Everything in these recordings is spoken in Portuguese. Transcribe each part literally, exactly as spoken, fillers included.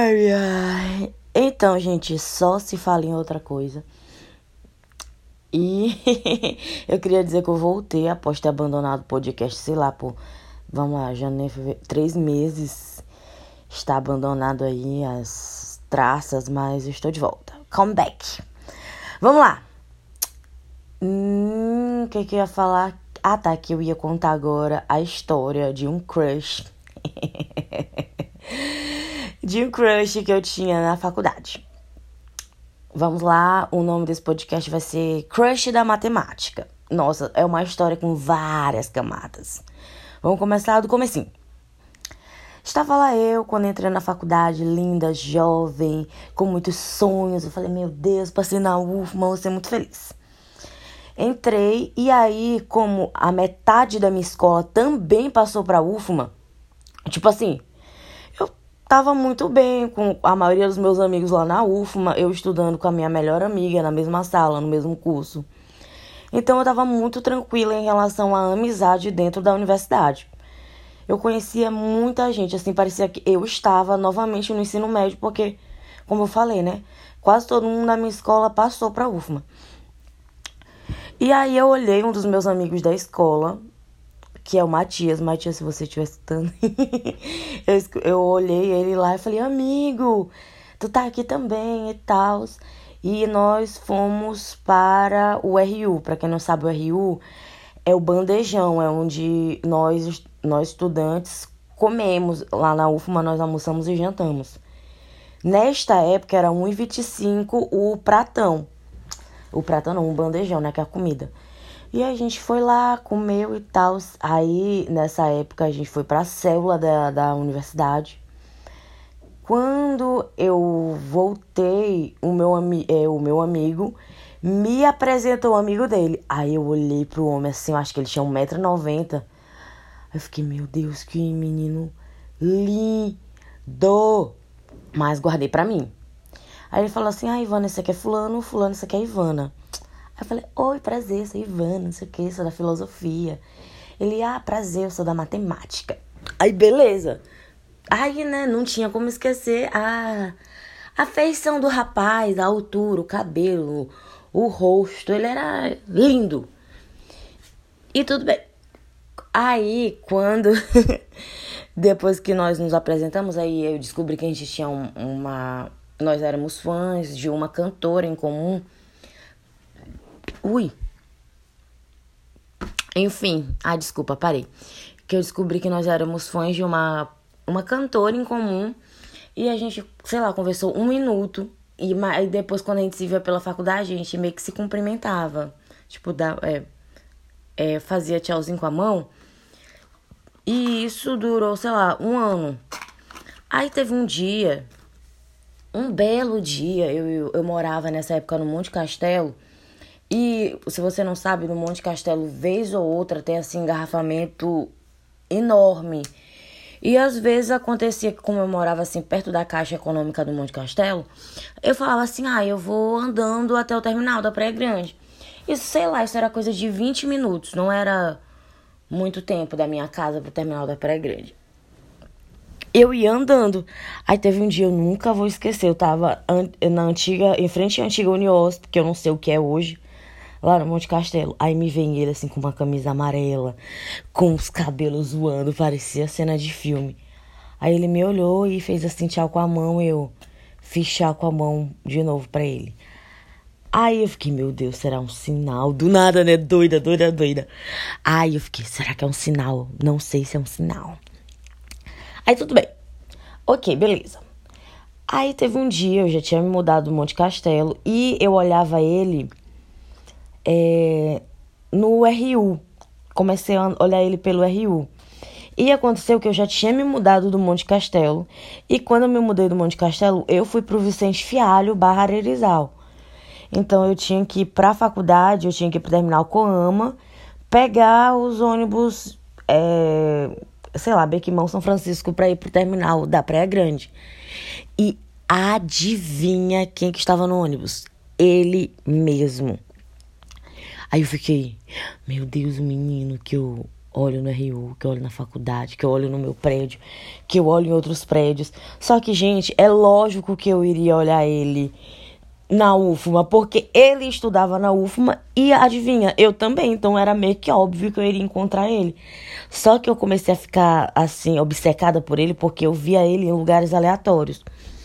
Ai, ai. Então, gente, só se fala em outra coisa. E eu queria dizer que eu voltei após ter abandonado o podcast, sei lá, por, vamos lá, janeiro, fevereiro, três meses. Está abandonado aí as traças, mas eu estou de volta. Come back. Vamos lá. Hum, o que que eu ia falar? Ah, tá, que eu ia contar agora a história de um crush. de um crush que eu tinha na faculdade. Vamos lá, o nome desse podcast vai ser Crush da Matemática. Nossa, é uma história com várias camadas. Vamos começar do comecinho. Estava lá eu, quando entrei na faculdade, linda, jovem, com muitos sonhos. Eu falei, meu Deus, passei na U F M A, vou ser muito feliz. Entrei, e aí, como a metade da minha escola também passou pra U F M A, tipo assim, eu tava muito bem com a maioria dos meus amigos lá na U F M A, eu estudando com a minha melhor amiga na mesma sala, no mesmo curso. Então eu tava muito tranquila em relação à amizade dentro da universidade. Eu conhecia muita gente, assim, parecia que eu estava novamente no ensino médio, porque, como eu falei, né, quase todo mundo da minha escola passou pra U F M A. E aí eu olhei um dos meus amigos da escola, que é o Matias. Matias, se você estiver escutando. eu, eu olhei ele lá e falei, amigo, tu tá aqui também e tal. E nós fomos para o R U. Para quem não sabe, o R U é o bandejão, é onde nós, nós estudantes comemos. Lá na U F M A nós almoçamos e jantamos. Nesta época era um real e vinte e cinco centavos o pratão. O pratão não, um bandejão, né, que é a comida. E a gente foi lá, comeu e tal. Aí, nessa época, a gente foi pra célula da, da universidade. Quando eu voltei, o meu, ami- é, o meu amigo me apresentou o amigo dele. Aí eu olhei pro homem assim, eu acho que ele tinha um metro e noventa. Eu fiquei, meu Deus, que menino lindo. Mas guardei pra mim. Aí ele falou assim, ah, Ivana, esse aqui é fulano, fulano, esse aqui é Ivana. Aí eu falei, oi, prazer, sou Ivana, não sei o que, sou da filosofia. Ele, ah, prazer, eu sou da matemática. Aí, beleza. Aí, né, não tinha como esquecer a, a feição do rapaz, a altura, o cabelo, o rosto. Ele era lindo. E tudo bem. Aí, quando... depois que nós nos apresentamos, aí eu descobri que a gente tinha um, uma... Nós éramos fãs de uma cantora em comum. Ui. Enfim. Ah, desculpa, parei. Que eu descobri que nós éramos fãs de uma, uma cantora em comum. E a gente, sei lá, conversou um minuto. E aí depois, quando a gente se via pela faculdade, a gente meio que se cumprimentava. Tipo, da, é, é, fazia tchauzinho com a mão. E isso durou, sei lá, um ano. Aí teve um dia... Um belo dia, eu, eu, eu morava nessa época no Monte Castelo. E, se você não sabe, no Monte Castelo, vez ou outra, tem assim, engarrafamento enorme. E às vezes acontecia que, como eu morava assim, perto da Caixa Econômica do Monte Castelo, eu falava assim, ah, eu vou andando até o terminal da Praia Grande. Isso, sei lá, isso era coisa de vinte minutos, não era muito tempo da minha casa pro terminal da Praia Grande. Eu ia andando. Aí teve um dia, eu nunca vou esquecer. Eu tava na antiga, em frente à antiga Uniosp, que eu não sei o que é hoje, lá no Monte Castelo. Aí me vem ele assim com uma camisa amarela, com os cabelos voando, parecia cena de filme. Aí ele me olhou e fez assim tchau com a mão. Eu fiz tchau com a mão de novo pra ele. Aí eu fiquei, meu Deus, será um sinal? Do nada, né? Doida, doida, doida. Aí eu fiquei, será que é um sinal? Não sei se é um sinal. Aí tudo bem. Ok, beleza. Aí teve um dia, eu já tinha me mudado do Monte Castelo e eu olhava ele é, no R U. Comecei a olhar ele pelo R U. E aconteceu que eu já tinha me mudado do Monte Castelo. E quando eu me mudei do Monte Castelo, eu fui pro Vicente Fialho, barra Arerizal. Então eu tinha que ir pra faculdade, eu tinha que ir pro terminal Coama, pegar os ônibus... É, sei lá, Bequimão, São Francisco, pra ir pro terminal da Praia Grande. E adivinha quem que estava no ônibus? Ele mesmo. Aí eu fiquei, meu Deus, o menino que eu olho no R U, que eu olho na faculdade, que eu olho no meu prédio, que eu olho em outros prédios. Só que, gente, é lógico que eu iria olhar ele na U F M A, porque ele estudava na U F M A e, adivinha, eu também. Então era meio que óbvio que eu iria encontrar ele. Só que eu comecei a ficar, assim, obcecada por ele, porque eu via ele em lugares aleatórios.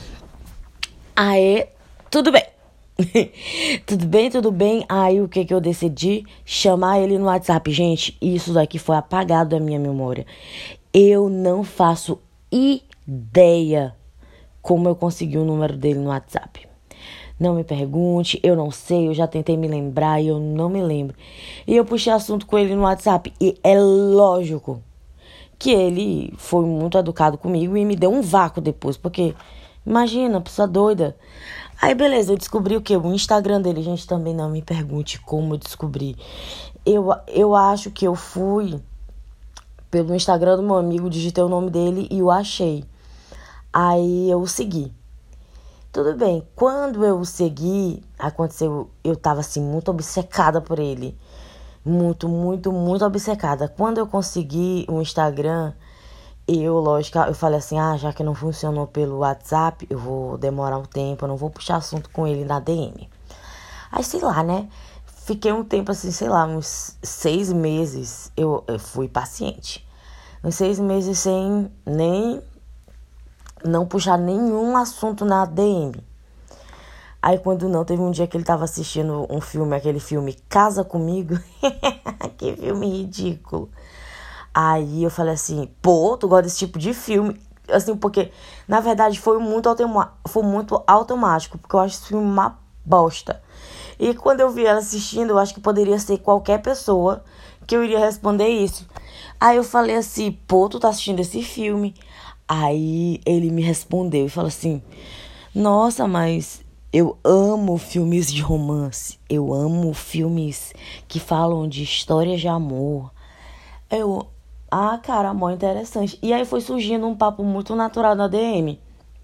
Aí, tudo bem. tudo bem, tudo bem. Aí, o que que eu decidi? Chamar ele no WhatsApp. Gente, isso daqui foi apagado da minha memória. Eu não faço ideia como eu consegui o número dele no WhatsApp. Não me pergunte, eu não sei, eu já tentei me lembrar e eu não me lembro. E eu puxei assunto com ele no WhatsApp e é lógico que ele foi muito educado comigo e me deu um vácuo depois, porque, imagina, pessoa doida. Aí, beleza, eu descobri o quê? O Instagram dele, gente, também não me pergunte como eu descobri. Eu, eu acho que eu fui pelo Instagram do meu amigo, digitei o nome dele e o achei. Aí eu o segui. Tudo bem, quando eu o segui, aconteceu, eu tava assim, muito obcecada por ele. Muito, muito, muito obcecada. Quando eu consegui o Instagram, eu, lógico, eu falei assim, ah, já que não funcionou pelo WhatsApp, eu vou demorar um tempo, eu não vou puxar assunto com ele na D M. Aí, sei lá, né? Fiquei um tempo assim, sei lá, uns seis meses, eu, eu fui paciente. Uns seis meses sem nem... não puxar nenhum assunto na D M. Aí quando não, teve um dia que ele tava assistindo um filme, aquele filme Casa Comigo. Que filme ridículo. Aí eu falei assim, pô, tu gosta desse tipo de filme? Assim, porque na verdade foi muito, automa- foi muito automático, porque eu acho esse filme uma bosta. E quando eu vi ela assistindo, eu acho que poderia ser qualquer pessoa que eu iria responder isso. Aí eu falei assim, pô, tu tá assistindo esse filme? Aí ele me respondeu e falou assim, nossa, mas eu amo filmes de romance. Eu amo filmes que falam de histórias de amor. Eu, ah, cara, mó interessante. E aí foi surgindo um papo muito natural na D M.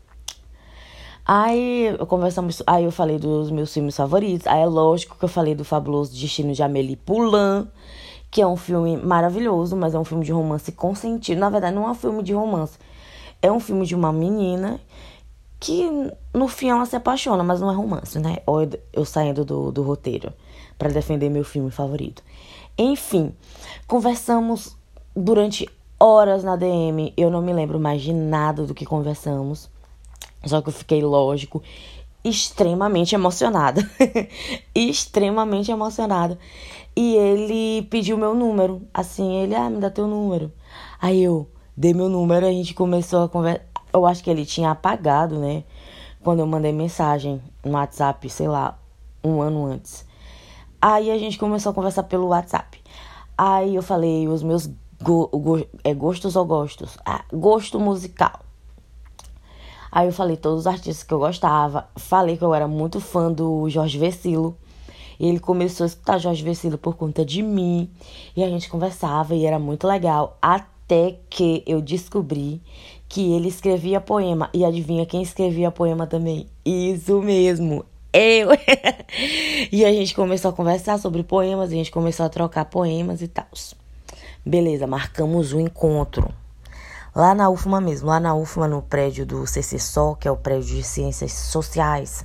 Aí eu conversamos, aí eu falei dos meus filmes favoritos. Aí é lógico que eu falei do Fabuloso Destino de Amélie Poulain, que é um filme maravilhoso, mas é um filme de romance com sentido. Na verdade, não é um filme de romance. É um filme de uma menina que no fim ela se apaixona, mas não é romance, né? Ou eu, eu saindo do, do roteiro para defender meu filme favorito. Enfim, conversamos durante horas na D M. Eu não me lembro mais de nada do que conversamos. Só que eu fiquei, lógico, extremamente emocionada. extremamente emocionada. E ele pediu meu número. Assim, ele, ah, me dá teu número. Aí eu dei meu número, a gente começou a conversar. Eu acho que ele tinha apagado, né? Quando eu mandei mensagem no WhatsApp, sei lá, um ano antes. Aí a gente começou a conversar pelo WhatsApp. Aí eu falei os meus go- go- é, gostos ou gostos? Ah, gosto musical. Aí eu falei todos os artistas que eu gostava. Falei que eu era muito fã do Jorge Vercillo. E ele começou a escutar Jorge Vercillo por conta de mim. E a gente conversava e era muito legal. Até que eu descobri que ele escrevia poema. E adivinha quem escrevia poema também? Isso mesmo, eu! E a gente começou a conversar sobre poemas. A gente começou a trocar poemas e tal. Beleza, marcamos o encontro. Lá na U F M A mesmo, lá na U F M A, no prédio do C C S O, que é o prédio de Ciências Sociais,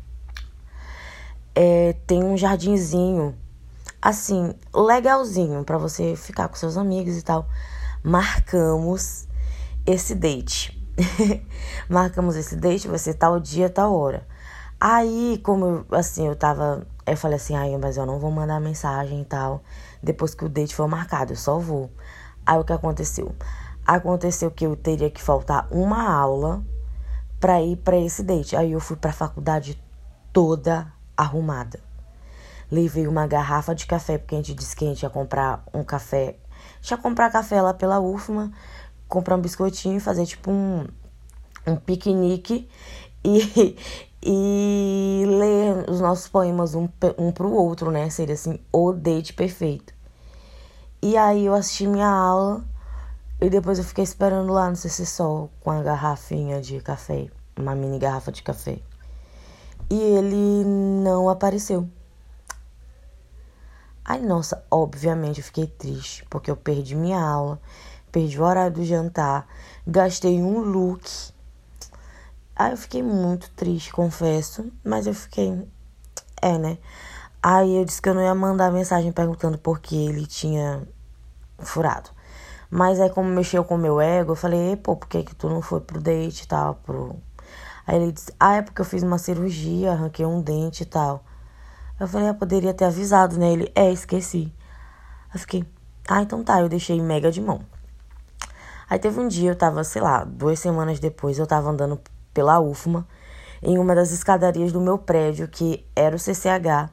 é, tem um jardinzinho, assim, legalzinho, pra você ficar com seus amigos e tal. Marcamos esse date. Marcamos esse date, vai ser tal dia, tal hora. Aí, como eu, assim, eu tava... Eu falei assim, ai, mas eu não vou mandar mensagem e tal, depois que o date for marcado, eu só vou. Aí, o que aconteceu? Aconteceu que eu teria que faltar uma aula pra ir pra esse date. Aí eu fui pra faculdade toda arrumada. Levei uma garrafa de café, porque a gente disse que a gente ia comprar um café. A gente ia comprar café lá pela U F M A, comprar um biscoitinho e fazer tipo um, um piquenique e, e ler os nossos poemas um, um pro outro, né? Seria assim, o date perfeito. E aí eu assisti minha aula. E depois eu fiquei esperando lá no C C S O com a garrafinha de café, uma mini garrafa de café. E ele não apareceu. Ai, nossa, obviamente eu fiquei triste, porque eu perdi minha aula, perdi o horário do jantar, gastei um look. Aí eu fiquei muito triste, confesso, mas eu fiquei, é, né? Aí eu disse que eu não ia mandar mensagem perguntando por que ele tinha furado. Mas aí como mexeu com o meu ego, eu falei, pô, por que que tu não foi pro date e tal, pro... Aí ele disse, ah, é porque eu fiz uma cirurgia, arranquei um dente e tal. Eu falei, eu poderia ter avisado, né? Ele, é, esqueci. Eu fiquei, ah, então tá, eu deixei mega de mão. Aí teve um dia, eu tava, sei lá, duas semanas depois, eu tava andando pela U F M A, em uma das escadarias do meu prédio, que era o C C H.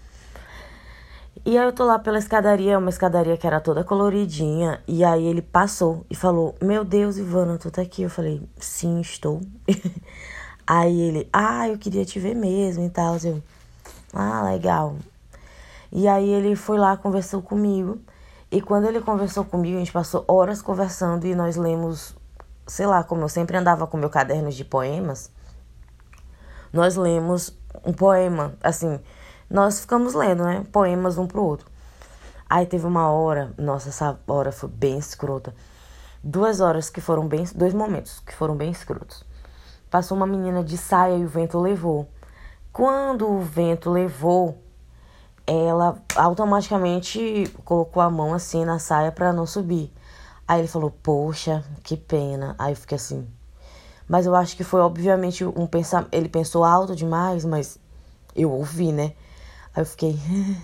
E aí eu tô lá pela escadaria, uma escadaria que era toda coloridinha, e aí ele passou e falou, meu Deus, Ivana, tu tá aqui? Eu falei, sim, estou. Aí ele, ah, eu queria te ver mesmo e tal, eu... Ah, legal. E aí ele foi lá, conversou comigo. E quando ele conversou comigo, a gente passou horas conversando e nós lemos, sei lá, como eu sempre andava com meu caderno de poemas, nós lemos um poema, assim, nós ficamos lendo, né, poemas um pro outro. Aí teve uma hora, nossa, essa hora foi bem escrota. Duas horas que foram bem, dois momentos que foram bem escrotos. Passou uma menina de saia e o vento levou. Quando o vento levou, ela automaticamente colocou a mão assim na saia pra não subir. Aí ele falou, poxa, que pena. Aí eu fiquei assim. Mas eu acho que foi obviamente um pensamento. Ele pensou alto demais, mas eu ouvi, né? Aí eu fiquei.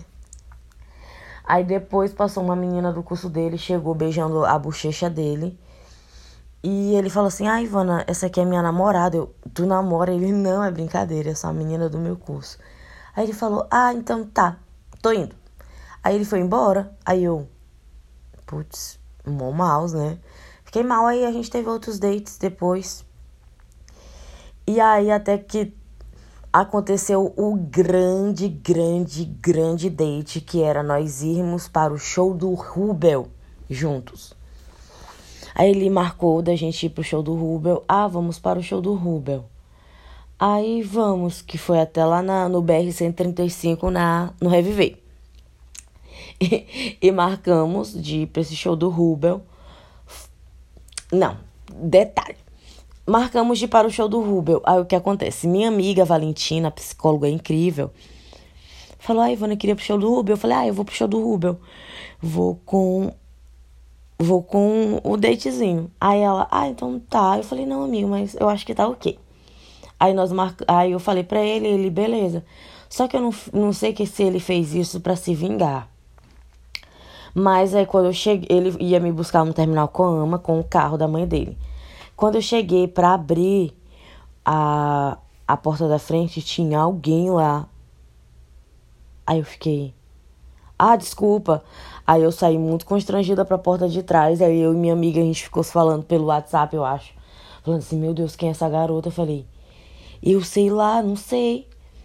Aí depois passou uma menina do curso dele, chegou beijando a bochecha dele. E ele falou assim, ah, Ivana, essa aqui é minha namorada, eu, tu namora? Ele, não, é brincadeira, é só a menina do meu curso. Aí ele falou, ah, então tá, tô indo. Aí ele foi embora, aí eu, putz, mó maus, né? Fiquei mal, aí a gente teve outros dates depois. E aí até que aconteceu o grande, grande, grande date, que era nós irmos para o show do Rubel juntos. Aí ele marcou da gente ir pro show do Rubel. Ah, vamos para o show do Rubel. Aí vamos, que foi até lá na, no B R cento e trinta e cinco, na, no Reviver. E, e marcamos de ir pra esse show do Rubel. Não, detalhe. Marcamos de ir para o show do Rubel. Aí o que acontece? Minha amiga Valentina, psicóloga incrível, falou, ah, Ivana, eu queria ir pro show do Rubel. Eu falei, ah, eu vou pro show do Rubel. Vou com... Vou com o datezinho. Aí ela, ah, então tá. Eu falei, não, amigo, mas eu acho que tá ok. Aí, nós mar... Aí eu falei pra ele, ele, beleza. Só que eu não, não sei que se ele fez isso pra se vingar. Mas aí quando eu cheguei, ele ia me buscar no terminal Coama com o carro da mãe dele. Quando eu cheguei pra abrir a, a porta da frente, tinha alguém lá. Aí eu fiquei... Ah, desculpa. Aí eu saí muito constrangida pra porta de trás. Aí eu e minha amiga, a gente ficou se falando pelo WhatsApp, eu acho. Falando assim, meu Deus, quem é essa garota? Eu falei, eu sei lá, não sei.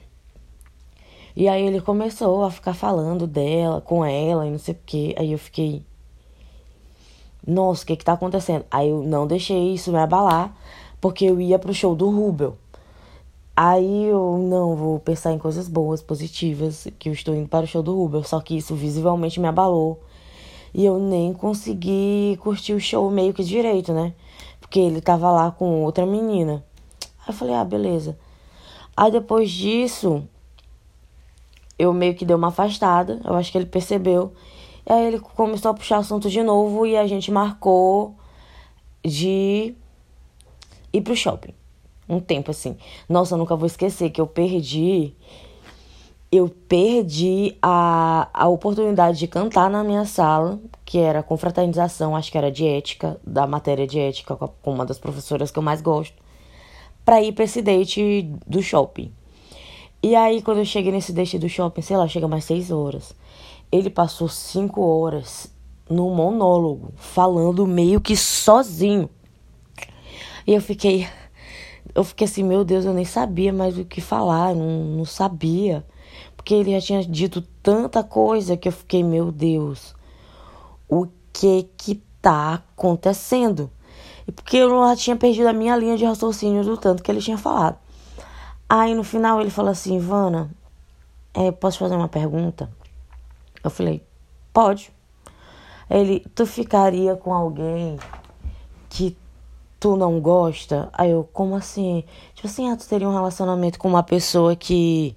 E aí ele começou a ficar falando dela, com ela e não sei o quê. Aí eu fiquei, nossa, o que que tá acontecendo? Aí eu não deixei isso me abalar, porque eu ia pro show do Rubel. Aí eu não vou pensar em coisas boas, positivas, que eu estou indo para o show do Rubel. Só que isso visivelmente me abalou. E eu nem consegui curtir o show meio que direito, né? Porque ele tava lá com outra menina. Aí eu falei, ah, beleza. Aí depois disso, eu meio que dei uma afastada. Eu acho que ele percebeu. E aí ele começou a puxar assunto de novo e a gente marcou de ir pro shopping. Um tempo assim. Nossa, eu nunca vou esquecer que eu perdi... Eu perdi a, a oportunidade de cantar na minha sala, que era confraternização, acho que era de ética, da matéria de ética, com uma das professoras que eu mais gosto, pra ir pra esse date do shopping. E aí, quando eu cheguei nesse date do shopping, sei lá, chega mais seis horas. Ele passou cinco horas no monólogo, falando meio que sozinho. E eu fiquei... Eu fiquei assim, meu Deus, eu nem sabia mais o que falar, não, não sabia. Porque ele já tinha dito tanta coisa que eu fiquei, meu Deus, o que que tá acontecendo? E porque eu já tinha perdido a minha linha de raciocínio do tanto que ele tinha falado. Aí no final ele falou assim, Ivana, é, posso fazer uma pergunta? Eu falei, pode. Ele, tu ficaria com alguém que tu não gosta? Aí eu, como assim? Tipo assim, ah, tu teria um relacionamento com uma pessoa que,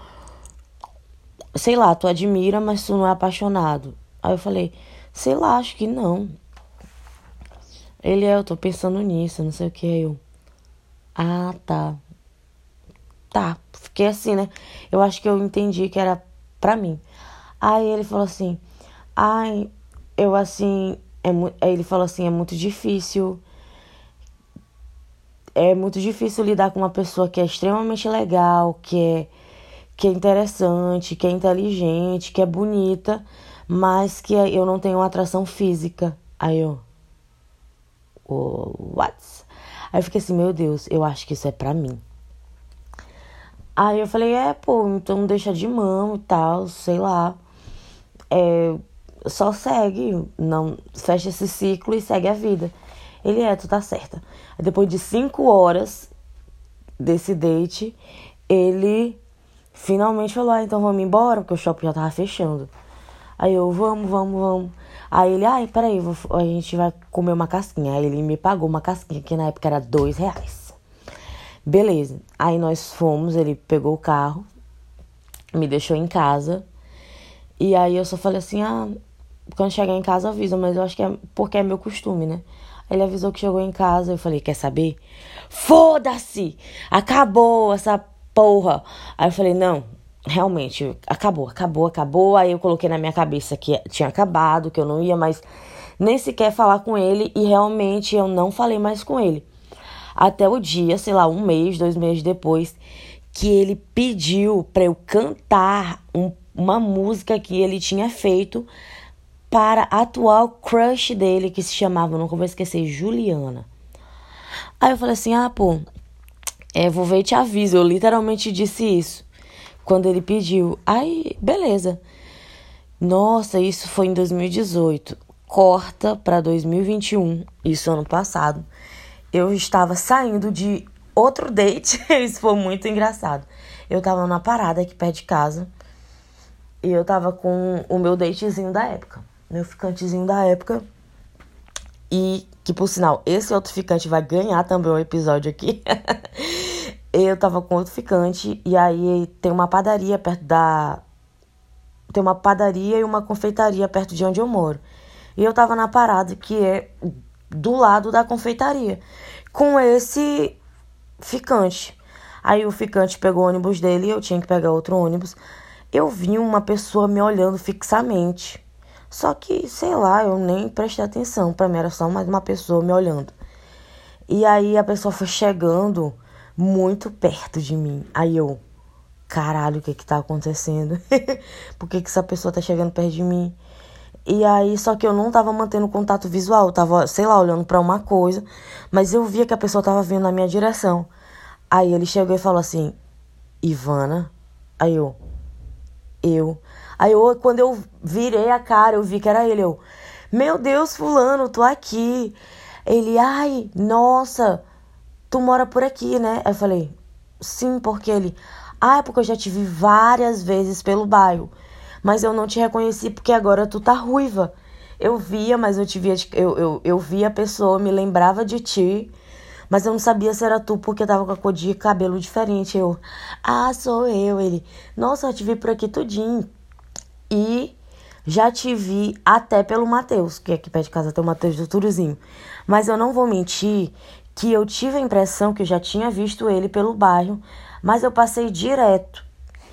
sei lá, tu admira, mas tu não é apaixonado. Aí eu falei, sei lá, acho que não. Ele é, eu tô pensando nisso, não sei o que. Aí eu, ah, tá. Tá, fiquei assim, né? Eu acho que eu entendi que era pra mim. Aí ele falou assim, ai, eu assim, é mu- aí ele falou assim, é muito difícil, é muito difícil lidar com uma pessoa que é extremamente legal, que é, que é interessante, que é inteligente, que é bonita, mas que eu não tenho atração física. Aí eu, oh, what? Aí eu fiquei assim, meu Deus, eu acho que isso é pra mim. Aí eu falei, é, pô, então deixa de mão e tal, sei lá. É, só segue, não fecha esse ciclo e segue a vida. Ele é, tu tá certa. Aí depois de cinco horas desse date, ele finalmente falou, ah, então vamos embora, porque o shopping já tava fechando. Aí eu, vamos, vamos, vamos. Aí ele, ai, peraí, vou, a gente vai comer uma casquinha. Aí ele me pagou uma casquinha, que na época era dois reais. Beleza. Aí nós fomos, ele pegou o carro, me deixou em casa. E aí eu só falei assim, ah, quando chegar em casa avisa, mas eu acho que é porque é meu costume, né? Aí ele avisou que chegou em casa, eu falei, quer saber? Foda-se! Acabou essa porra! Aí eu falei, não, realmente, acabou, acabou, acabou. Aí eu coloquei na minha cabeça que tinha acabado, que eu não ia mais nem sequer falar com ele. E realmente eu não falei mais com ele. Até o dia, sei lá, um mês, dois meses depois, que ele pediu pra eu cantar um, uma música que ele tinha feito para a atual crush dele, que se chamava, nunca vou esquecer, Juliana. Aí eu falei assim, ah, pô, é, vou ver e te aviso. Eu literalmente disse isso quando ele pediu. Aí, beleza. Nossa, isso foi em dois mil e dezoito. Corta pra dois mil e vinte e um, isso ano passado. Eu estava saindo de outro date, isso foi muito engraçado. Eu tava numa parada aqui perto de casa e eu tava com o meu datezinho da época, meu ficantezinho da época. E que, por sinal, esse outro ficante vai ganhar também um episódio aqui. Eu tava com outro ficante e aí tem uma padaria perto da... Tem uma padaria e uma confeitaria perto de onde eu moro. E eu tava na parada que é do lado da confeitaria, com esse ficante. Aí o ficante pegou o ônibus dele e eu tinha que pegar outro ônibus. Eu vi uma pessoa me olhando fixamente. Só que, sei lá, eu nem prestei atenção. Pra mim era só mais uma pessoa me olhando. E aí a pessoa foi chegando muito perto de mim. Aí eu, caralho, o que que tá acontecendo? Por que que essa pessoa tá chegando perto de mim? E aí, só que eu não tava mantendo contato visual, eu tava, sei lá, olhando pra uma coisa, mas eu via que a pessoa tava vindo na minha direção. Aí ele chegou e falou assim, Ivana? Aí eu, eu. Aí eu, quando eu virei a cara, eu vi que era ele, eu, meu Deus, fulano, tô aqui. Ele, ai, nossa, tu mora por aqui, né? Aí eu falei, sim, porque ele, ah, é porque eu já te vi várias vezes pelo bairro. Mas eu não te reconheci porque agora tu tá ruiva. Eu via, mas eu te via. Eu, eu, eu via a pessoa, me lembrava de ti. Mas eu não sabia se era tu porque tava com a cor de cabelo diferente. Eu, ah, sou eu. Ele, nossa, eu te vi por aqui tudinho. E já te vi até pelo Matheus, que aqui perto de casa tem o Matheus do Turuzinho. Mas eu não vou mentir que eu tive a impressão que eu já tinha visto ele pelo bairro. Mas eu passei direto.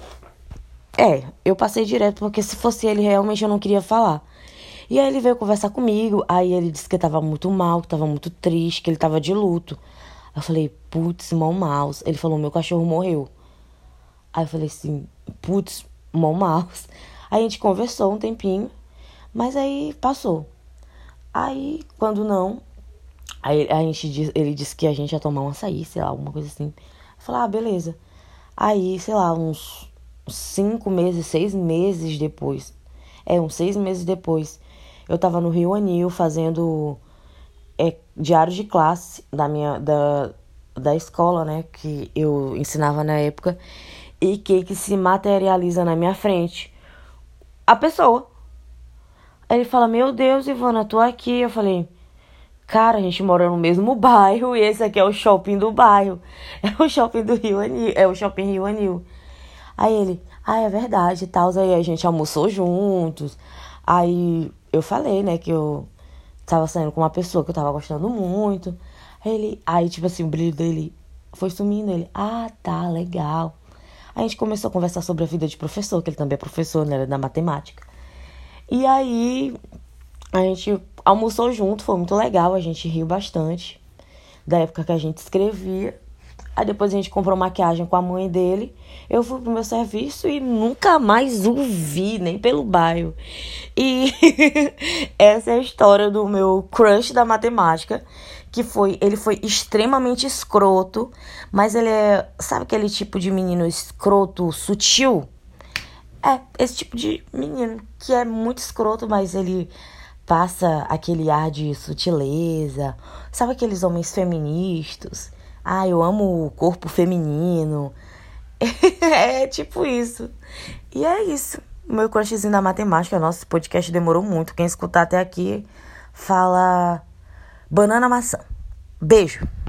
É, eu passei direto, porque se fosse ele, realmente eu não queria falar. E aí ele veio conversar comigo, aí ele disse que tava muito mal, que tava muito triste, que ele tava de luto. Aí eu falei, putz, mão maus. Ele falou, meu cachorro morreu. Aí eu falei assim, putz, mão maus. Aí a gente conversou um tempinho, mas aí passou. Aí, quando não, aí a gente, ele disse que a gente ia tomar um açaí, sei lá, alguma coisa assim. Eu falei, ah, beleza. Aí, sei lá, uns cinco meses, seis meses depois. É, uns seis meses depois. Eu tava no Rio Anil fazendo é, diário de classe da minha da, da escola, né? Que eu ensinava na época. E que, que se materializa na minha frente. a pessoa. Aí ele fala, meu Deus, Ivana, tô aqui. Eu falei, cara, a gente mora no mesmo bairro e esse aqui é o shopping do bairro. É o shopping do Rio Anil, é o shopping Rio Anil. Aí ele, ah, é verdade e tal. Aí a gente almoçou juntos. Aí eu falei, né, que eu tava saindo com uma pessoa que eu tava gostando muito. Aí ele, aí tipo assim, o brilho dele foi sumindo. Ele, ah, tá, legal. Aí a gente começou a conversar sobre a vida de professor, que ele também é professor, né, da matemática. E aí a gente almoçou junto, foi muito legal, a gente riu bastante da época que a gente escrevia. Aí depois a gente comprou maquiagem com a mãe dele. Eu fui pro meu serviço e nunca mais o vi, nem pelo bairro. E essa é a história do meu crush da matemática. Que foi, ele foi extremamente escroto. Mas ele é, sabe aquele tipo de menino escroto, sutil? É, esse tipo de menino que é muito escroto, mas ele passa aquele ar de sutileza. Sabe aqueles homens feministas? Ah, eu amo o corpo feminino. É tipo isso. E é isso. O meu crushzinho da matemática. Nossa, esse podcast demorou muito. Quem escutar até aqui fala banana maçã. Beijo.